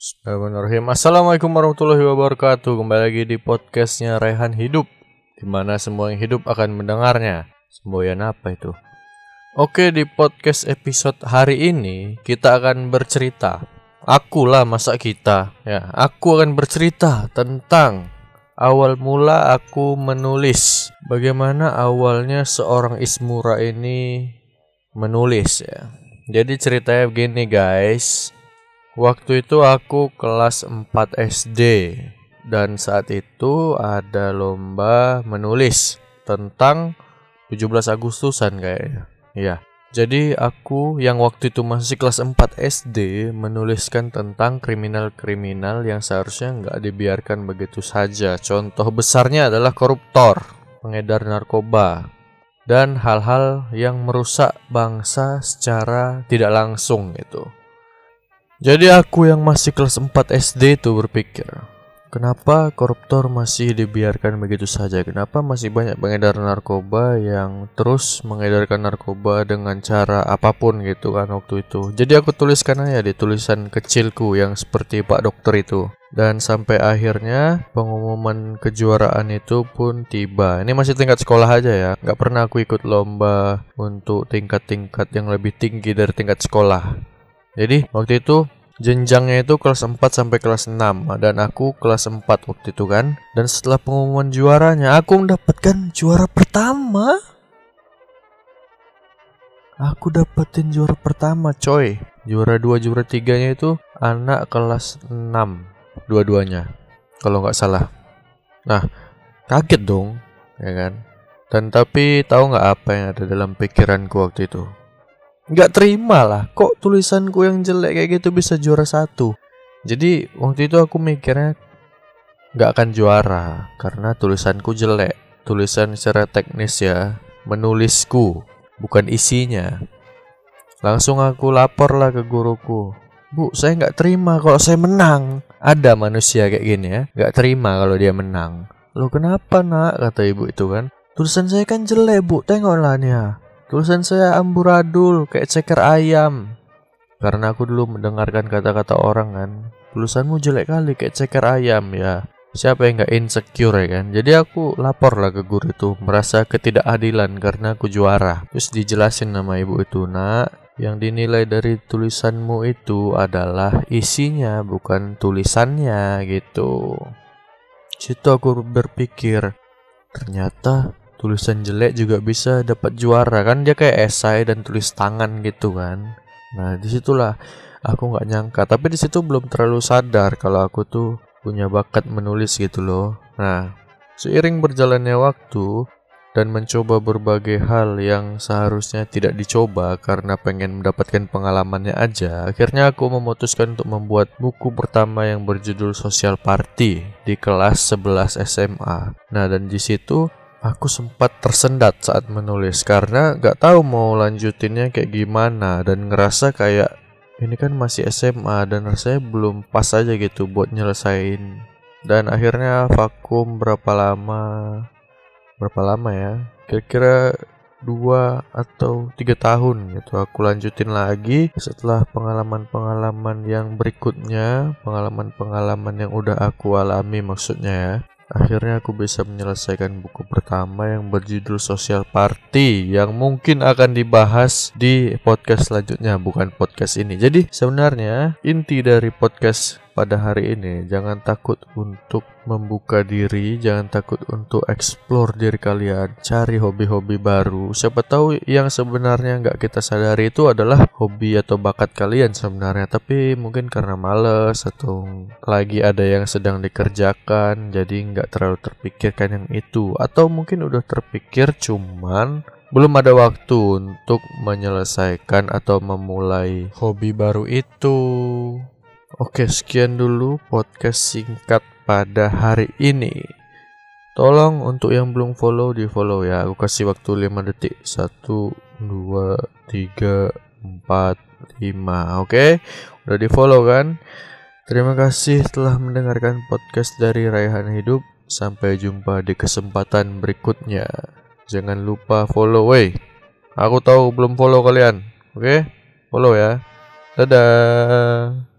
Bismillahirrahmanirrahim. Assalamualaikum warahmatullahi wabarakatuh. Kembali lagi di podcastnya Raihan Hidup, dimana semua yang hidup akan mendengarnya. Semboyan apa itu? Oke, di podcast episode hari ini kita akan bercerita. Aku akan bercerita tentang awal mula aku menulis. Bagaimana awalnya seorang Ismura ini menulis ya. Jadi ceritanya begini guys. Waktu itu aku kelas 4 SD dan saat itu ada lomba menulis tentang 17 Agustusan kayaknya. Iya. Jadi aku yang waktu itu masih kelas 4 SD menuliskan tentang kriminal-kriminal yang seharusnya nggak dibiarkan begitu saja. Contoh besarnya adalah koruptor, pengedar narkoba, dan hal-hal yang merusak bangsa secara tidak langsung gitu. Jadi aku yang masih kelas 4 SD itu berpikir, kenapa koruptor masih dibiarkan begitu saja? Kenapa masih banyak pengedar narkoba yang terus mengedarkan narkoba dengan cara apapun gitu kan waktu itu. Jadi aku tuliskan aja di tulisan kecilku yang seperti Pak Dokter itu. Dan sampai akhirnya pengumuman kejuaraan itu pun tiba. Ini masih tingkat sekolah aja ya. Gak pernah aku ikut lomba untuk tingkat-tingkat yang lebih tinggi dari tingkat sekolah. Jadi waktu itu jenjangnya itu kelas 4 sampai kelas 6 dan aku kelas 4 waktu itu kan. Dan setelah pengumuman juaranya aku mendapatkan juara pertama. Aku dapetin juara pertama coy. Juara 2, juara 3 nya itu anak kelas 6 dua-duanya kalau gak salah. Nah kaget dong ya kan. Dan tapi tahu gak apa yang ada dalam pikiranku waktu itu? Gak terima lah, kok tulisanku yang jelek kayak gitu bisa juara 1. Jadi waktu itu aku mikirnya gak akan juara karena tulisanku jelek. Tulisan secara teknis ya, menulisku, bukan isinya. Langsung aku lapor lah ke guruku. Bu, saya gak terima kalau saya menang. Ada manusia kayak gini ya, gak terima kalau dia menang. Loh kenapa nak, kata ibu itu kan. Tulisan saya kan jelek bu, tengoklah nih ya. Tulisan saya amburadul kayak ceker ayam. Karena aku dulu mendengarkan kata-kata orang kan, tulisanmu jelek kali kayak ceker ayam ya. Siapa yang gak insecure ya kan. Jadi aku lapor lah ke guru itu, merasa ketidakadilan karena aku juara. Terus dijelasin nama ibu itu, nak, yang dinilai dari tulisanmu itu adalah isinya bukan tulisannya gitu. Situ aku berpikir, ternyata tulisan jelek juga bisa dapat juara kan, dia kayak esai dan tulis tangan gitu kan. Nah disitulah aku nggak nyangka, tapi di situ belum terlalu sadar kalau aku tuh punya bakat menulis gitu loh. Nah seiring berjalannya waktu dan mencoba berbagai hal yang seharusnya tidak dicoba karena pengen mendapatkan pengalamannya aja, akhirnya aku memutuskan untuk membuat buku pertama yang berjudul Social Party di kelas 11 SMA. Nah dan di situ aku sempat tersendat saat menulis karena gak tahu mau lanjutinnya kayak gimana dan ngerasa kayak ini kan masih SMA dan rasanya belum pas aja gitu buat nyelesain. Dan akhirnya vakum berapa lama ya? Kira-kira 2 atau 3 tahun gitu. Aku lanjutin lagi setelah pengalaman-pengalaman yang berikutnya, pengalaman-pengalaman yang udah aku alami maksudnya ya. Akhirnya aku bisa menyelesaikan buku pertama yang berjudul Social Party yang mungkin akan dibahas di podcast selanjutnya, bukan podcast ini. Jadi sebenarnya inti dari podcast pada hari ini, jangan takut untuk membuka diri, jangan takut untuk explore diri kalian, cari hobi-hobi baru. Siapa tahu yang sebenarnya nggak kita sadari itu adalah hobi atau bakat kalian sebenarnya, tapi mungkin karena malas atau lagi ada yang sedang dikerjakan, jadi nggak terlalu terpikirkan yang itu, atau mungkin udah terpikir cuman belum ada waktu untuk menyelesaikan atau memulai hobi baru itu. Oke, sekian dulu podcast singkat pada hari ini. Tolong untuk yang belum follow, di follow ya. Aku kasih waktu 5 detik. 1, 2, 3, 4, 5. Oke, udah di follow kan? Terima kasih telah mendengarkan podcast dari Raihan Hidup. Sampai jumpa di kesempatan berikutnya. Jangan lupa follow, wey. Aku tahu belum follow kalian. Oke, follow ya. Dadah.